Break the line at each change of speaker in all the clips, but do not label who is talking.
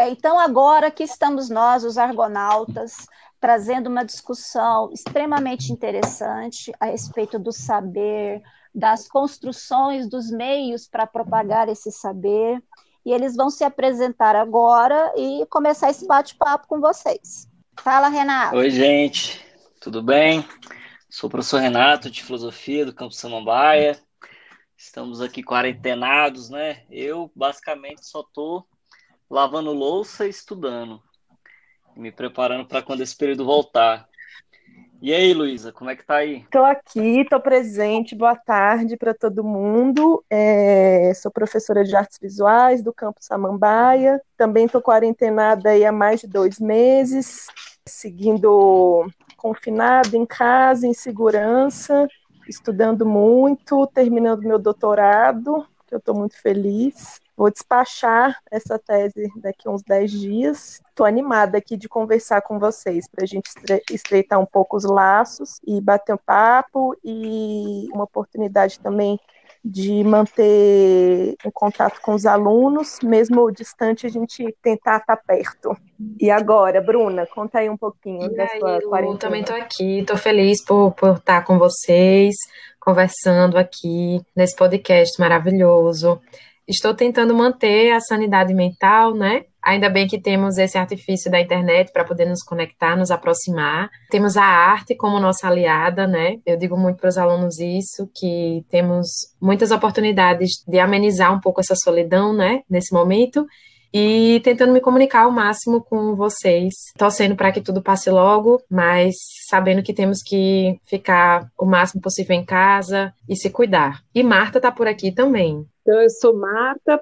Então, agora que estamos nós, os argonautas, trazendo uma discussão extremamente interessante a respeito do saber, das construções dos meios para propagar esse saber, e eles vão se apresentar agora e começar esse bate-papo com vocês. Fala, Renato.
Oi, gente, tudo bem? Sou o professor Renato, de Filosofia do Campus Samambaia. Estamos aqui quarentenados, né? Eu, basicamente, só estou lavando louça e estudando, me preparando para quando esse período voltar. E aí, Luísa, como é que tá aí?
Estou aqui, estou presente. Boa tarde para todo mundo. Sou professora de artes visuais do Campus Samambaia. Também estou quarentenada aí há mais de 2 meses, seguindo confinada em casa, em segurança, estudando muito, terminando meu doutorado, que eu estou muito feliz. Vou despachar essa tese daqui a uns 10 dias. Estou animada aqui de conversar com vocês, para a gente estreitar um pouco os laços e bater um papo, e uma oportunidade também de manter um contato com os alunos, mesmo distante, a gente tentar estar perto. E agora, Bruna, conta aí um pouquinho
E
da
aí,
sua
Lu, também estou
quarentena.
aqui, estou feliz por estar com vocês, conversando aqui nesse podcast maravilhoso. Estou tentando manter a sanidade mental, né? Ainda bem que temos esse artifício da internet para poder nos conectar, nos aproximar. Temos a arte como nossa aliada, né? Eu digo muito para os alunos isso, que temos muitas oportunidades de amenizar um pouco essa solidão, né? Nesse momento e tentando me comunicar ao máximo com vocês, torcendo para que tudo passe logo, mas sabendo que temos que ficar o máximo possível em casa e se cuidar. E Marta está por aqui também.
Então, eu sou Marta,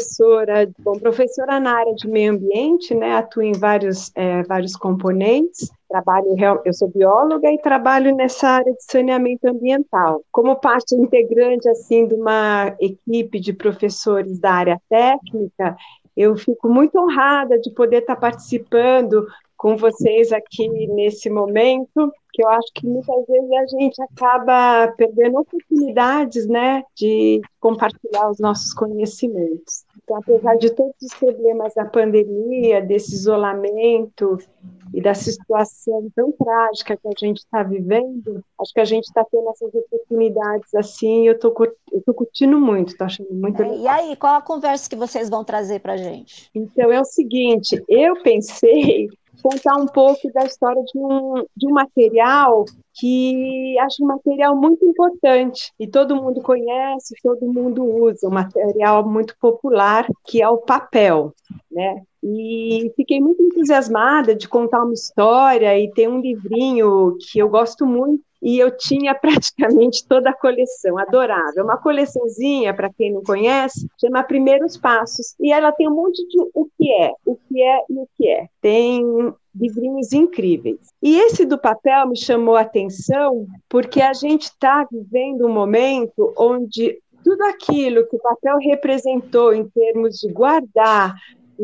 professora na área de meio ambiente, né? Atuo em vários componentes. Eu sou bióloga e trabalho nessa área de saneamento ambiental. Como parte integrante assim de uma equipe de professores da área técnica, eu fico muito honrada de poder estar participando com vocês aqui nesse momento, que eu acho que muitas vezes a gente acaba perdendo oportunidades, né, de compartilhar os nossos conhecimentos. Então, apesar de todos os problemas da pandemia, desse isolamento e da situação tão trágica que a gente está vivendo, acho que a gente está tendo essas oportunidades assim, e eu tô curtindo muito, estou achando muito
E
legal.
aí, qual a conversa que vocês vão trazer para a gente?
Então, é o seguinte, eu pensei contar um pouco da história de um material que acho um material muito importante e todo mundo conhece, todo mundo usa, um material muito popular, que é o papel, né? E fiquei muito entusiasmada de contar uma história e tem um livrinho que eu gosto muito e eu tinha praticamente toda a coleção, adorava. É uma coleçãozinha, para quem não conhece, chama Primeiros Passos, e ela tem um monte de o que é e o que é. Tem livrinhos incríveis. E esse do papel me chamou a atenção porque a gente está vivendo um momento onde tudo aquilo que o papel representou em termos de guardar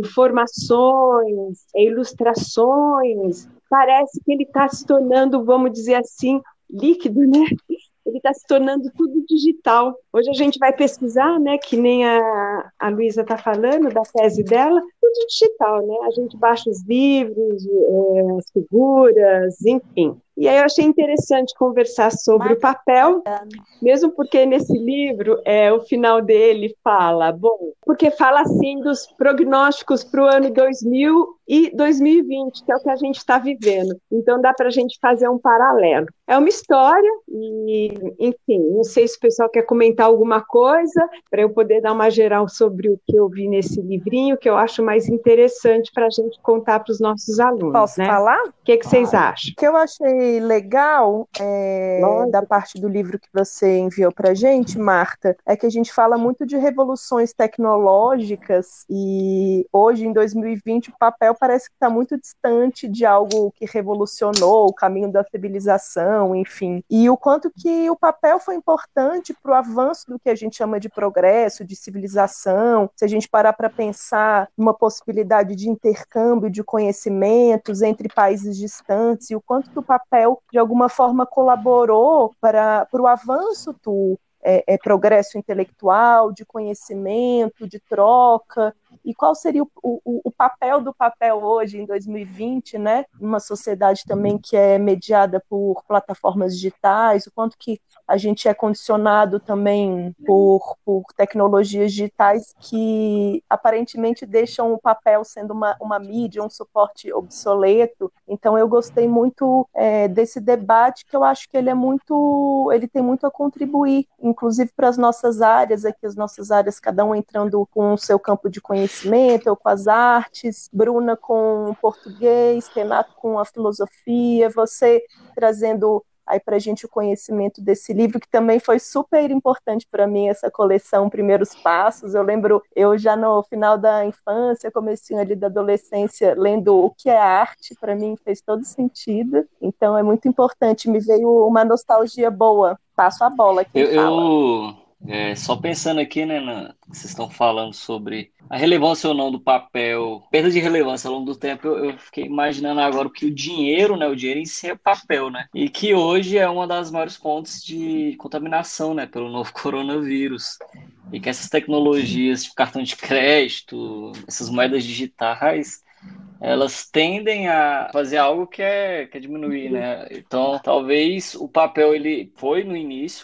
informações, ilustrações, parece que ele está se tornando, vamos dizer assim, líquido, né? Ele está se tornando tudo digital. Hoje a gente vai pesquisar, né, que nem a Luísa está falando, da tese dela, tudo digital, né? A gente baixa os livros, as figuras, enfim. E aí eu achei interessante conversar sobre o papel, mesmo porque nesse livro, o final dele fala, bom, porque fala assim dos prognósticos para o ano 2000 e 2020, que é o que a gente está vivendo. Então dá para a gente fazer um paralelo. É uma história e, enfim, não sei se o pessoal quer comentar alguma coisa para eu poder dar uma geral sobre o que eu vi nesse livrinho, que eu acho mais interessante para a gente contar para os nossos alunos,
Posso
né?
falar?
O que vocês acham?
O que eu achei legal da
Lógico.
parte do livro que você enviou para a gente, Marta, é que a gente fala muito de revoluções tecnológicas e hoje, em 2020, o papel parece que está muito distante de algo que revolucionou o caminho da civilização, enfim. E o quanto que o papel foi importante para o avanço do que a gente chama de progresso, de civilização, se a gente parar para pensar uma possibilidade de intercâmbio de conhecimentos entre países distantes e o quanto que o papel, de alguma forma, colaborou para o avanço do progresso intelectual, de conhecimento, de troca. e qual seria o papel do papel hoje, em 2020, né? Uma sociedade também que é mediada por plataformas digitais, o quanto que a gente é condicionado também por tecnologias digitais que aparentemente deixam o papel sendo uma mídia, um suporte obsoleto. Então eu gostei muito desse debate, que eu acho que ele tem muito a contribuir, inclusive para as nossas áreas aqui, as nossas áreas, cada um entrando com o seu campo de conhecimento, eu com as artes, Bruna com o português, Renato com a filosofia, você trazendo aí para a gente o conhecimento desse livro, que também foi super importante para mim, essa coleção Primeiros Passos. Eu lembro, eu já no final da infância, comecinho ali da adolescência, lendo O que é arte, para mim fez todo sentido. Então é muito importante, me veio uma nostalgia boa. Passo a bola quem fala.
Só pensando aqui, né, vocês estão falando sobre a relevância ou não do papel, perda de relevância ao longo do tempo, eu fiquei imaginando agora que o dinheiro, né, o dinheiro em si é papel, né, e que hoje é uma das maiores fontes de contaminação, né, pelo novo coronavírus, e que essas tecnologias, tipo cartão de crédito, essas moedas digitais, elas tendem a fazer algo que é diminuir, né? Então, talvez o papel ele foi no início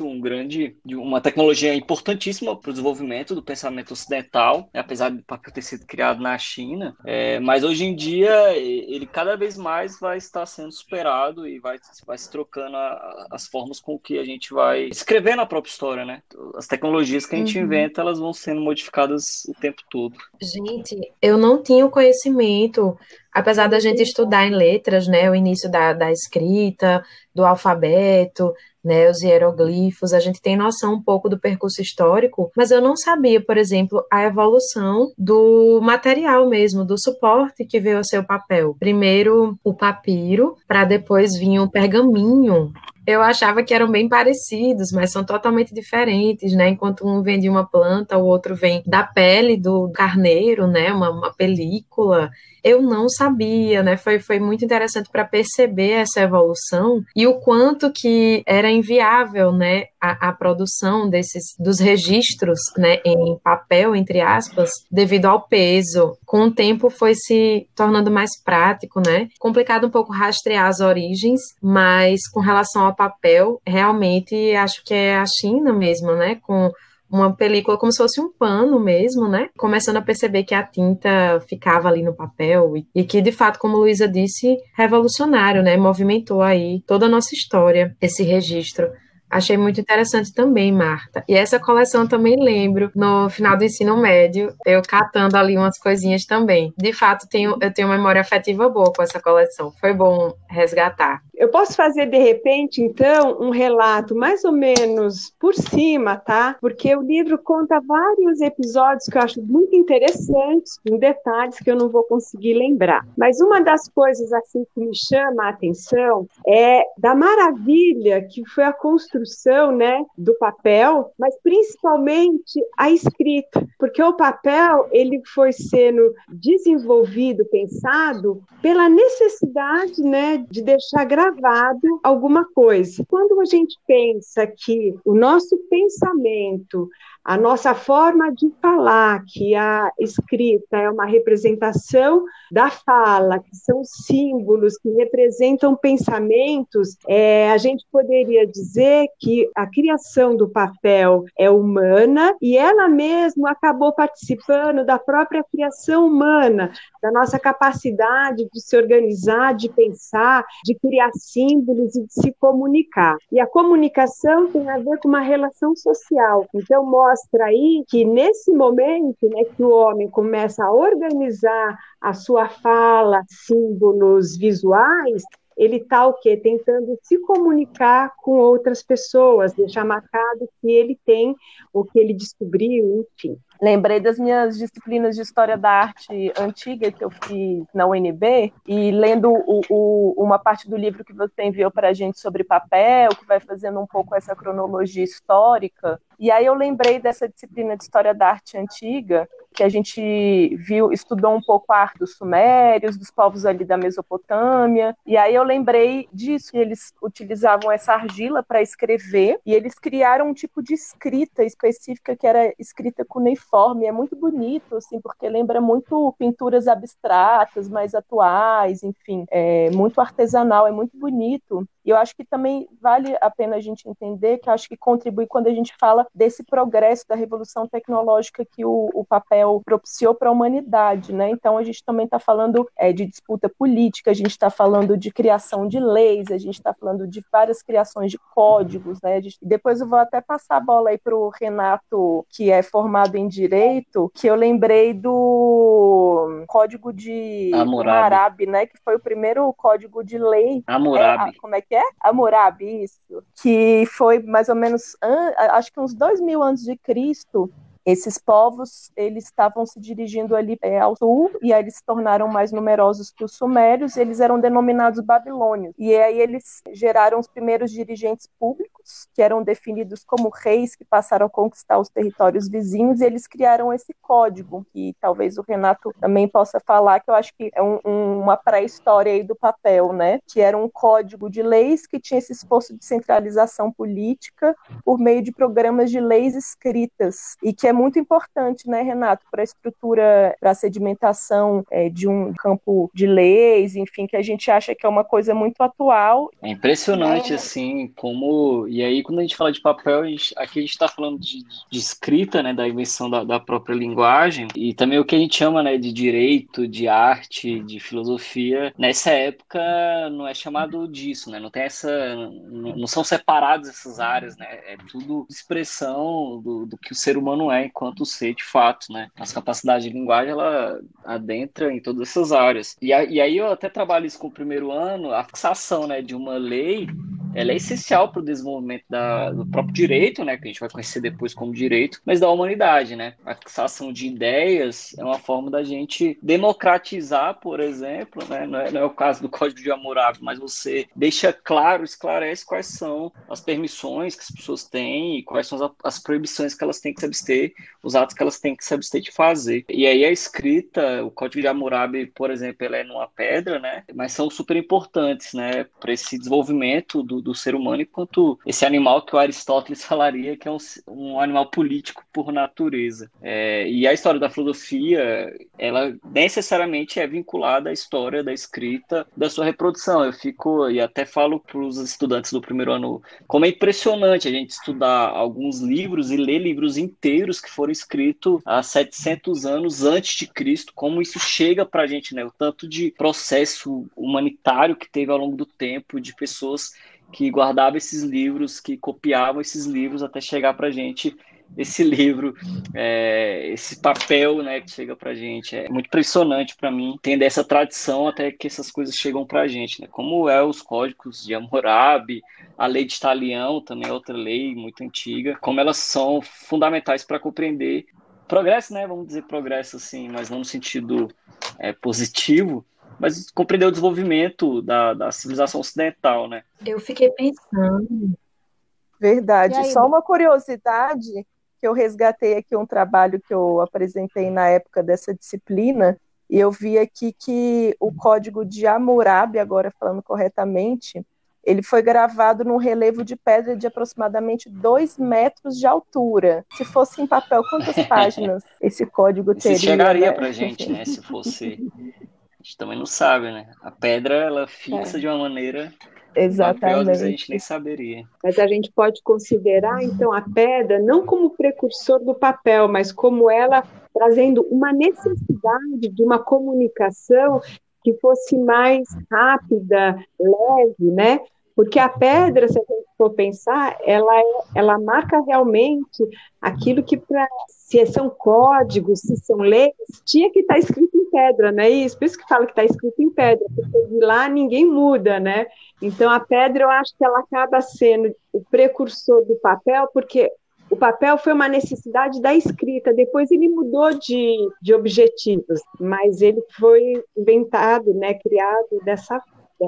uma tecnologia importantíssima para o desenvolvimento do pensamento ocidental, né? Apesar do papel ter sido criado na China, mas hoje em dia ele cada vez mais vai estar sendo superado e vai se trocando as formas com que a gente vai escrevendo a própria história, né? As tecnologias que a gente inventa, elas vão sendo modificadas o tempo todo.
Gente, eu não tinha o conhecimento, apesar da gente estudar em letras, né, o início da escrita, do alfabeto, né, os hieroglifos, a gente tem noção um pouco do percurso histórico, mas eu não sabia, por exemplo, a evolução do material mesmo, do suporte que veio a ser o papel. Primeiro o papiro, para depois vir o pergaminho. Eu achava que eram bem parecidos, mas são totalmente diferentes, né? Enquanto um vem de uma planta, o outro vem da pele do carneiro, né? Uma película. Eu não sabia, né? Foi muito interessante para perceber essa evolução e o quanto que era inviável, né? A produção dos registros, né? Em papel, entre aspas, devido ao peso. Com o tempo foi se tornando mais prático, né? Complicado um pouco rastrear as origens, mas com relação ao papel, realmente acho que é a China mesmo, né? Com uma película como se fosse um pano mesmo, né? Começando a perceber que a tinta ficava ali no papel e que, de fato, como Luísa disse, revolucionário, né? Movimentou aí toda a nossa história, esse registro. Achei muito interessante também, Marta. E essa coleção eu também lembro, no final do ensino médio, eu catando ali umas coisinhas também. De fato, eu tenho uma memória afetiva boa com essa coleção. Foi bom resgatar.
Eu posso fazer, de repente, então, um relato mais ou menos por cima, tá? Porque o livro conta vários episódios que eu acho muito interessantes, com detalhes que eu não vou conseguir lembrar. Mas uma das coisas, assim, que me chama a atenção é da maravilha que foi a construção, né, do papel, mas principalmente a escrita, porque o papel, ele foi sendo desenvolvido, pensado, pela necessidade, né, de deixar gravado alguma coisa. Quando a gente pensa que o nosso pensamento, a nossa forma de falar, que a escrita é uma representação da fala, que são símbolos que representam pensamentos, a gente poderia dizer que a criação do papel é humana e ela mesma acabou participando da própria criação humana, da nossa capacidade de se organizar, de pensar, de criar símbolos e de se comunicar. E a comunicação tem a ver com uma relação social. Então, mostra aí que nesse momento, né, que o homem começa a organizar a sua fala, símbolos visuais, ele está o quê? Tentando se comunicar com outras pessoas, deixar marcado que ele tem, o que ele descobriu, enfim.
Lembrei das minhas disciplinas de História da Arte antiga que eu fiz na UNB, e lendo uma parte do livro que você enviou para a gente sobre papel, que vai fazendo um pouco essa cronologia histórica, e aí eu lembrei dessa disciplina de História da Arte antiga, que a gente estudou um pouco a arte dos sumérios, dos povos ali da Mesopotâmia, e aí eu lembrei disso, que eles utilizavam essa argila para escrever, e eles criaram um tipo de escrita específica que era escrita cuneiforme, é muito bonito, assim, porque lembra muito pinturas abstratas, mais atuais, enfim, é muito artesanal, é muito bonito. E eu acho que também vale a pena a gente entender que eu acho que contribui quando a gente fala desse progresso da revolução tecnológica que o papel propiciou para a humanidade, né? Então a gente também está falando de disputa política, a gente está falando de criação de leis, a gente está falando de várias criações de códigos, né? Depois eu vou até passar a bola aí para o Renato, que é formado em Direito, que eu lembrei do Código de Hammurabi, né? Que foi o primeiro código de lei.
Hammurabi.
Como é que é? Hammurabi, isso. Que foi mais ou menos, acho que uns 2000 antes de Cristo. Esses povos, eles estavam se dirigindo ali ao sul, e aí eles se tornaram mais numerosos que os sumérios, e eles eram denominados babilônios. E aí eles geraram os primeiros dirigentes públicos, que eram definidos como reis que passaram a conquistar os territórios vizinhos, e eles criaram esse código, que talvez o Renato também possa falar, que eu acho que é uma pré-história aí do papel, né? Que era um código de leis que tinha esse esforço de centralização política por meio de programas de leis escritas, e que é muito importante, né, Renato, para a estrutura, para a sedimentação de um campo de leis, enfim, que a gente acha que é uma coisa muito atual.
É impressionante, assim, como... E aí, quando a gente fala de papel, aqui a gente está falando de escrita, né, da invenção da própria linguagem, e também o que a gente chama, né, de direito, de arte, de filosofia. Nessa época, não é chamado disso, né, não tem não são separadas essas áreas, né, é tudo expressão do que o ser humano é enquanto ser de fato, né? As capacidades de linguagem, ela adentra em todas essas áreas. E aí eu até trabalho isso com o primeiro ano, a fixação, né, de uma lei, ela é essencial para o desenvolvimento do próprio direito, né, que a gente vai conhecer depois como direito, mas da humanidade, né? A fixação de ideias é uma forma da gente democratizar, por exemplo, né? Não é o caso do Código de Hammurabi, mas você deixa claro, esclarece quais são as permissões que as pessoas têm e quais são as proibições que elas têm que se abster, os atos que elas têm que se abster de fazer. E aí a escrita, o Código de Hammurabi, por exemplo, ela é numa pedra, né? Mas são super importantes, né? Para esse desenvolvimento do ser humano, enquanto esse animal que o Aristóteles falaria que é um animal político por natureza. E a história da filosofia, ela necessariamente é vinculada à história da escrita, da sua reprodução. Eu fico, e até falo para os estudantes do primeiro ano, como é impressionante a gente estudar alguns livros e ler livros inteiros que foram escritos há 700 anos antes de Cristo, como isso chega para a gente, né? O tanto de processo humanitário que teve ao longo do tempo, de pessoas que guardavam esses livros, que copiavam esses livros até chegar para a gente esse livro, esse papel, né, que chega pra gente. É muito impressionante para mim entender essa tradição até que essas coisas chegam pra gente, né? Como os códigos de Hammurabi, a lei de Talião, também é outra lei muito antiga, como elas são fundamentais para compreender progresso, né? Vamos dizer progresso assim, mas não no sentido positivo, mas compreender o desenvolvimento da civilização ocidental, né?
Eu fiquei pensando.
Verdade.
E aí,
Só uma curiosidade, que eu resgatei aqui um trabalho que eu apresentei na época dessa disciplina, e eu vi aqui que o código de Hammurabi, agora falando corretamente, ele foi gravado num relevo de pedra de aproximadamente 2 metros de altura. Se fosse em papel, quantas páginas esse código
E se
teria,
chegaria
né?
pra gente, né? Se fosse... A gente também não sabe, né? A pedra, ela fixa de uma maneira... O papel, às vezes, a gente nem saberia.
Mas a gente pode considerar, então, a pedra não como precursor do papel, mas como ela trazendo uma necessidade de uma comunicação que fosse mais rápida, leve, né? Porque a pedra, se a gente for pensar, ela marca realmente aquilo que, se são códigos, se são leis, tinha que estar escrito em pedra, não é isso? Por isso que fala que está escrito em pedra, porque de lá ninguém muda, né? Então, a pedra, eu acho que ela acaba sendo o precursor do papel, porque o papel foi uma necessidade da escrita, depois ele mudou de objetivos, mas ele foi inventado, né, criado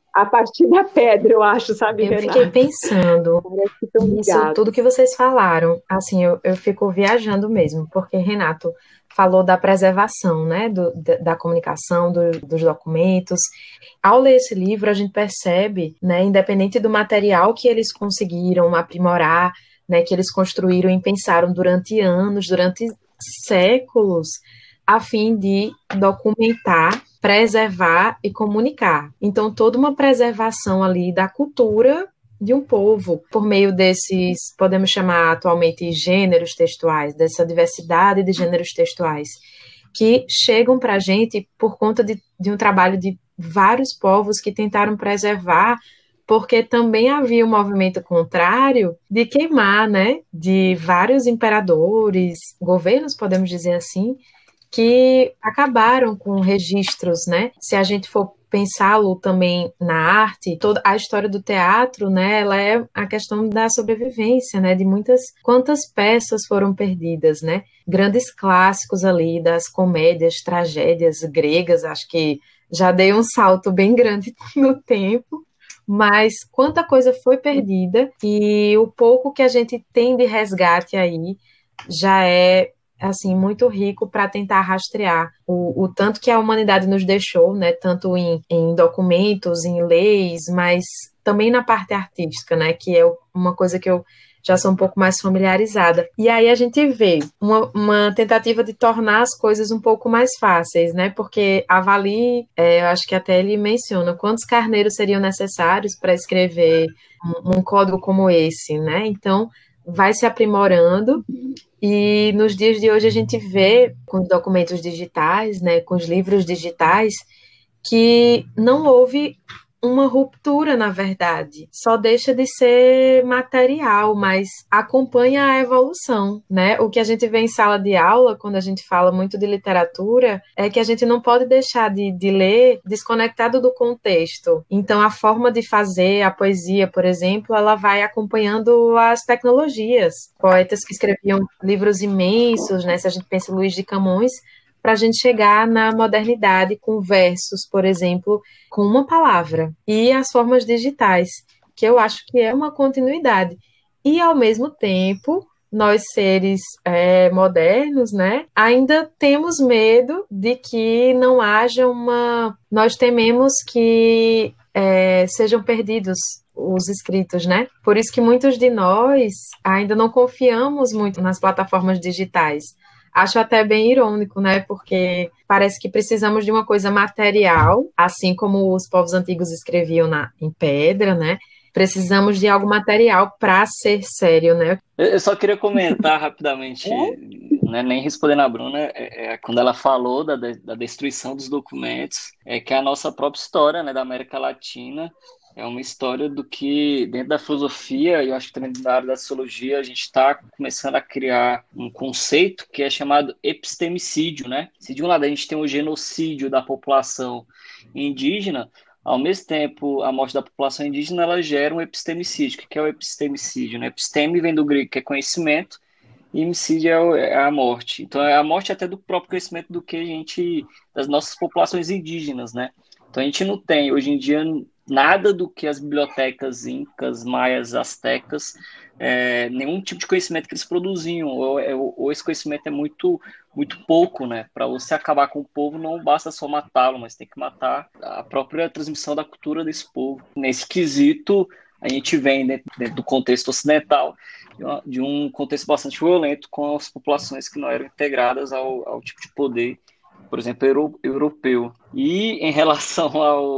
a partir da pedra, eu acho, sabe,
Eu fiquei
Renata?
pensando
Parece que estão
nisso
ligados.
tudo que vocês falaram. Assim, eu fico viajando mesmo, porque Renato falou da preservação, né, da comunicação, dos documentos. Ao ler esse livro, a gente percebe, né, independente do material que eles conseguiram aprimorar, né, que eles construíram e pensaram durante anos, durante séculos, a fim de documentar, preservar e comunicar. Então, toda uma preservação ali da cultura de um povo, por meio desses, podemos chamar atualmente gêneros textuais, dessa diversidade de gêneros textuais, que chegam para a gente por conta de um trabalho de vários povos que tentaram preservar, porque também havia um movimento contrário de queimar, né, de vários imperadores, governos, podemos dizer assim, que acabaram com registros, né? Se a gente for pensá-lo também na arte, toda a história do teatro, né, ela é a questão da sobrevivência, né, de quantas peças foram perdidas, né? Grandes clássicos ali das comédias, tragédias gregas, acho que já dei um salto bem grande no tempo, mas quanta coisa foi perdida e o pouco que a gente tem de resgate aí já é assim muito rico para tentar rastrear o tanto que a humanidade nos deixou, né? Tanto em documentos, em leis, mas também na parte artística, né? Que é uma coisa que eu já sou um pouco mais familiarizada. E aí a gente vê uma tentativa de tornar as coisas um pouco mais fáceis, né? Porque avalie, eu acho que até ele menciona quantos carneiros seriam necessários para escrever um código como esse, né? Então, vai se aprimorando e nos dias de hoje a gente vê com os documentos digitais, né, com os livros digitais, que não houve uma ruptura, na verdade. Só deixa de ser material, mas acompanha a evolução, né? O que a gente vê em sala de aula, quando a gente fala muito de literatura, é que a gente não pode deixar de ler desconectado do contexto. Então, a forma de fazer a poesia, por exemplo, ela vai acompanhando as tecnologias. Poetas que escreviam livros imensos, né? Se a gente pensa em Luís de Camões, para a gente chegar na modernidade com versos, por exemplo, com uma palavra, e as formas digitais, que eu acho que é uma continuidade. E, ao mesmo tempo, nós seres modernos, né, ainda temos medo de que não haja uma. Nós tememos que sejam perdidos os escritos, né? Por isso que muitos de nós ainda não confiamos muito nas plataformas digitais. Acho até bem irônico, né? Porque parece que precisamos de uma coisa material, assim como os povos antigos escreviam em pedra, né? Precisamos de algo material para ser sério, né?
Eu só queria comentar rapidamente, né, nem respondendo a Bruna, quando ela falou da destruição dos documentos, é que a nossa própria história, né, da América Latina é uma história do que, dentro da filosofia, e eu acho que também da área da sociologia, a gente está começando a criar um conceito que é chamado epistemicídio, né? Se de um lado a gente tem o genocídio da população indígena, ao mesmo tempo, a morte da população indígena ela gera um epistemicídio. O que é o epistemicídio, né? Episteme vem do grego, que é conhecimento, e homicídio é a morte. Então, é a morte até do próprio conhecimento do que a gente, das nossas populações indígenas, né? Então, a gente não tem, hoje em dia, nada do que as bibliotecas incas, maias, astecas, nenhum tipo de conhecimento que eles produziam, ou esse conhecimento é muito, muito pouco, né? Para você acabar com o povo, não basta só matá-lo, mas tem que matar a própria transmissão da cultura desse povo. Nesse quesito, a gente vem dentro do contexto ocidental, de um contexto bastante violento com as populações que não eram integradas ao tipo de poder, por exemplo, europeu. E em relação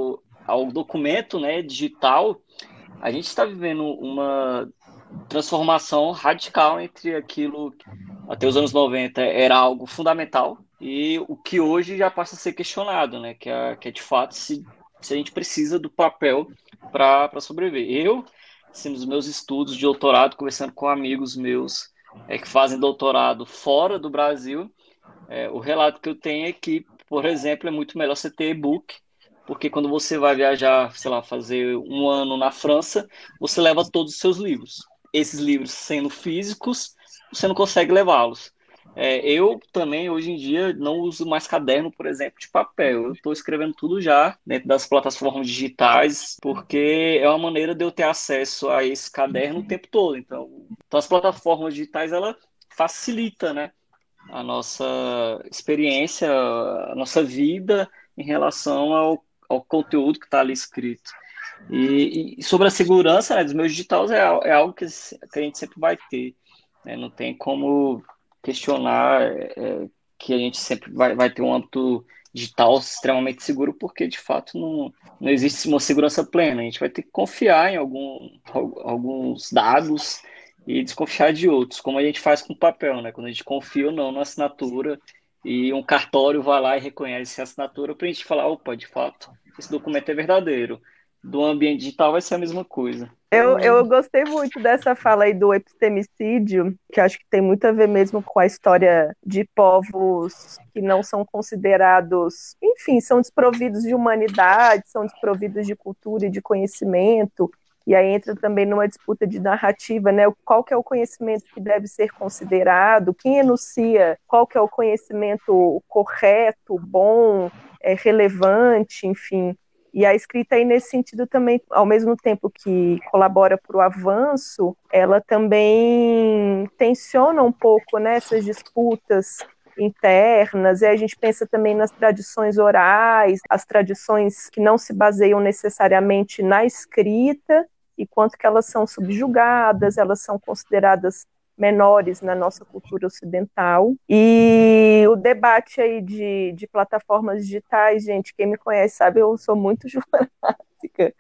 ao documento, né, digital, a gente está vivendo uma transformação radical entre aquilo que até os anos 90 era algo fundamental e o que hoje já passa a ser questionado, né, que é de fato se a gente precisa do papel para sobreviver. Eu, assim, nos meus estudos de doutorado, conversando com amigos meus que fazem doutorado fora do Brasil, o relato que eu tenho é que, por exemplo, é muito melhor você ter e-book, porque quando você vai viajar, sei lá, fazer um ano na França, você leva todos os seus livros. Esses livros sendo físicos, você não consegue levá-los. Eu também, hoje em dia, não uso mais caderno, por exemplo, de papel. Eu estou escrevendo tudo já dentro das plataformas digitais, porque é uma maneira de eu ter acesso a esse caderno o tempo todo. Então as plataformas digitais, ela facilita, né, a nossa experiência, a nossa vida em relação ao conteúdo que está ali escrito. E sobre a segurança, né, dos meus digitais é algo que a gente sempre vai ter, né? Não tem como questionar que a gente sempre vai ter um âmbito digital extremamente seguro, porque de fato não existe uma segurança plena. A gente vai ter que confiar em alguns dados e desconfiar de outros, como a gente faz com o papel, né? Quando a gente confia ou não na assinatura e um cartório vai lá e reconhece a assinatura para a gente falar, opa, de fato, esse documento é verdadeiro. Do ambiente digital vai ser a mesma coisa.
Eu gostei muito dessa fala aí do epistemicídio, que acho que tem muito a ver mesmo com a história de povos que não são considerados, enfim, são desprovidos de humanidade, são desprovidos de cultura e de conhecimento, e aí entra também numa disputa de narrativa, né? Qual que é o conhecimento que deve ser considerado, quem enuncia qual que é o conhecimento correto, bom, relevante, enfim. E a escrita aí nesse sentido também, ao mesmo tempo que colabora para o avanço, ela também tensiona um pouco, né, essas disputas internas, e a gente pensa também nas tradições orais, as tradições que não se baseiam necessariamente na escrita, e quanto que elas são subjugadas, elas são consideradas menores na nossa cultura ocidental. E o debate aí de plataformas digitais, gente, quem me conhece sabe, eu sou muito jornalística,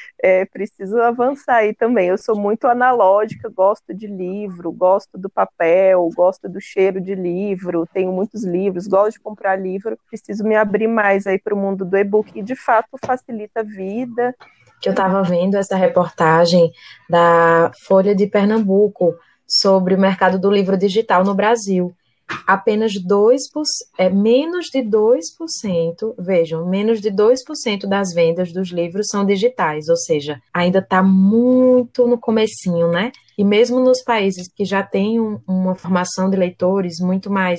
preciso avançar aí também. Eu sou muito analógica, gosto de livro, gosto do papel, gosto do cheiro de livro, tenho muitos livros, gosto de comprar livro, preciso me abrir mais aí para o mundo do e-book, e de fato facilita a vida.
Que eu estava vendo essa reportagem da Folha de Pernambuco sobre o mercado do livro digital no Brasil. Apenas 2%, menos de 2%, vejam, menos de 2% das vendas dos livros são digitais, ou seja, ainda está muito no comecinho, né? E mesmo nos países que já têm uma formação de leitores muito mais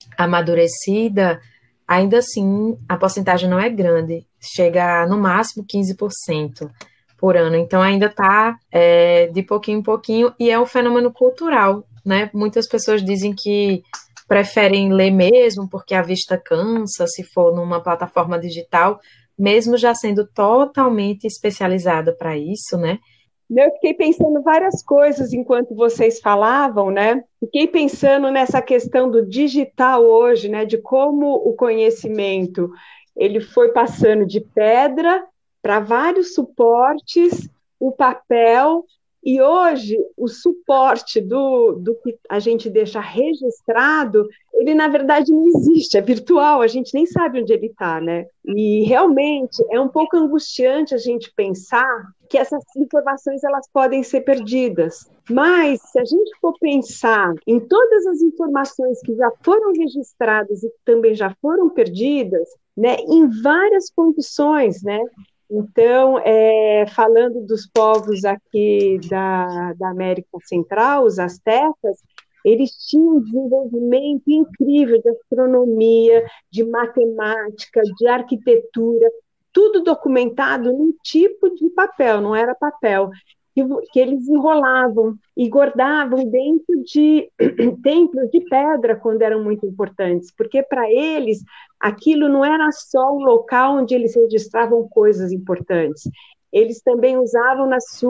amadurecida, ainda assim a porcentagem não é grande, chega a, no máximo 15% por ano. Então ainda está de pouquinho em pouquinho e é um fenômeno cultural, né? Muitas pessoas dizem que preferem ler mesmo porque a vista cansa se for numa plataforma digital, mesmo já sendo totalmente especializada para isso, né?
Eu fiquei pensando várias coisas enquanto vocês falavam, né? Fiquei pensando nessa questão do digital hoje, né? De como o conhecimento ele foi passando de pedra para vários suportes, o papel, e hoje o suporte do que a gente deixa registrado, ele na verdade não existe, é virtual, a gente nem sabe onde ele está, né? E realmente é um pouco angustiante a gente pensar que essas informações elas podem ser perdidas. Mas, se a gente for pensar em todas as informações que já foram registradas e que também já foram perdidas, né, em várias condições, né? Então, falando dos povos aqui da América Central, os astecas, eles tinham um desenvolvimento incrível de astronomia, de matemática, de arquitetura, tudo documentado num tipo de papel, não era papel, que eles enrolavam e guardavam dentro de templos de pedra quando eram muito importantes, porque para eles aquilo não era só um local onde eles registravam coisas importantes, eles também usavam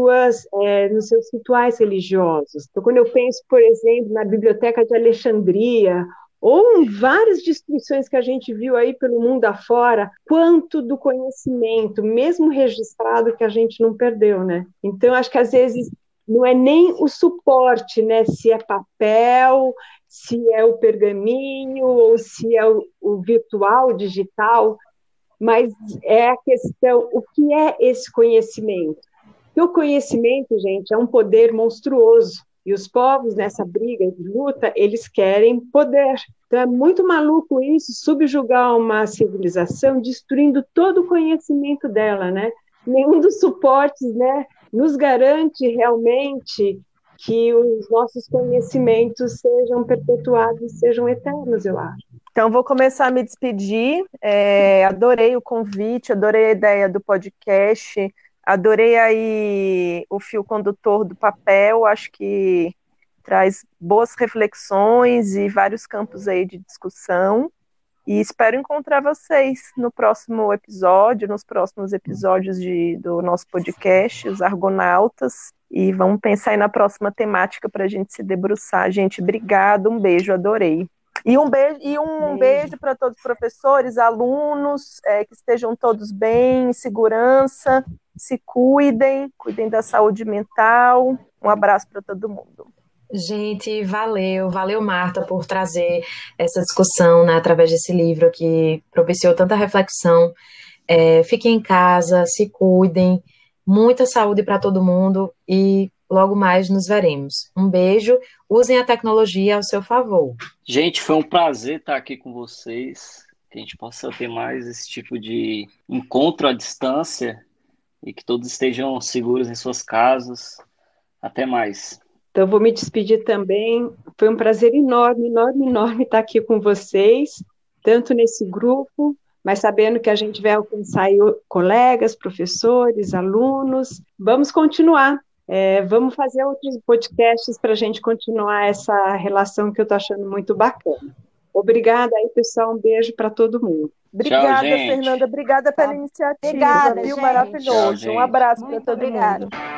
nos seus rituais religiosos. Então, quando eu penso, por exemplo, na Biblioteca de Alexandria, ou em várias destruições que a gente viu aí pelo mundo afora, quanto do conhecimento, mesmo registrado, que a gente não perdeu, né? Então, acho que às vezes não é nem o suporte, né? Se é papel, se é o pergaminho, ou se é o virtual, o digital, mas é a questão, o que é esse conhecimento? Porque o conhecimento, gente, é um poder monstruoso. E os povos, nessa briga de luta, eles querem poder. Então, é muito maluco isso, subjugar uma civilização, destruindo todo o conhecimento dela, né? Nenhum dos suportes, né, nos garante realmente que os nossos conhecimentos sejam perpetuados, sejam eternos, eu acho.
Então, vou começar a me despedir. Adorei o convite, adorei a ideia do podcast, adorei aí o fio condutor do papel, acho que traz boas reflexões e vários campos aí de discussão. E espero encontrar vocês no próximo episódio, nos próximos episódios do nosso podcast, Os Argonautas. E vamos pensar aí na próxima temática para a gente se debruçar. Gente, obrigado, um beijo, adorei. E um beijo para todos os professores, alunos, que estejam todos bem, em segurança, se cuidem da saúde mental. Um abraço para todo mundo.
Gente, valeu Marta por trazer essa discussão, né, através desse livro que propiciou tanta reflexão. Fiquem em casa, se cuidem, muita saúde para todo mundo e logo mais nos veremos. Um beijo, usem a tecnologia ao seu favor.
Gente, foi um prazer estar aqui com vocês, que a gente possa ter mais esse tipo de encontro à distância e que todos estejam seguros em suas casas. Até mais.
Então, vou me despedir também. Foi um prazer enorme, enorme, enorme estar aqui com vocês, tanto nesse grupo, mas sabendo que a gente vai alcançar aí colegas, professores, alunos. Vamos continuar. Vamos fazer outros podcasts para a gente continuar essa relação que eu estou achando muito bacana. Obrigada aí, pessoal. Um beijo para todo mundo.
Obrigada,
Tchau,
Fernanda. Obrigada pela iniciativa.
Obrigada,
viu?
gente.
Maravilhoso.
Tchau,
um abraço para
Muito
todo
obrigada.
mundo.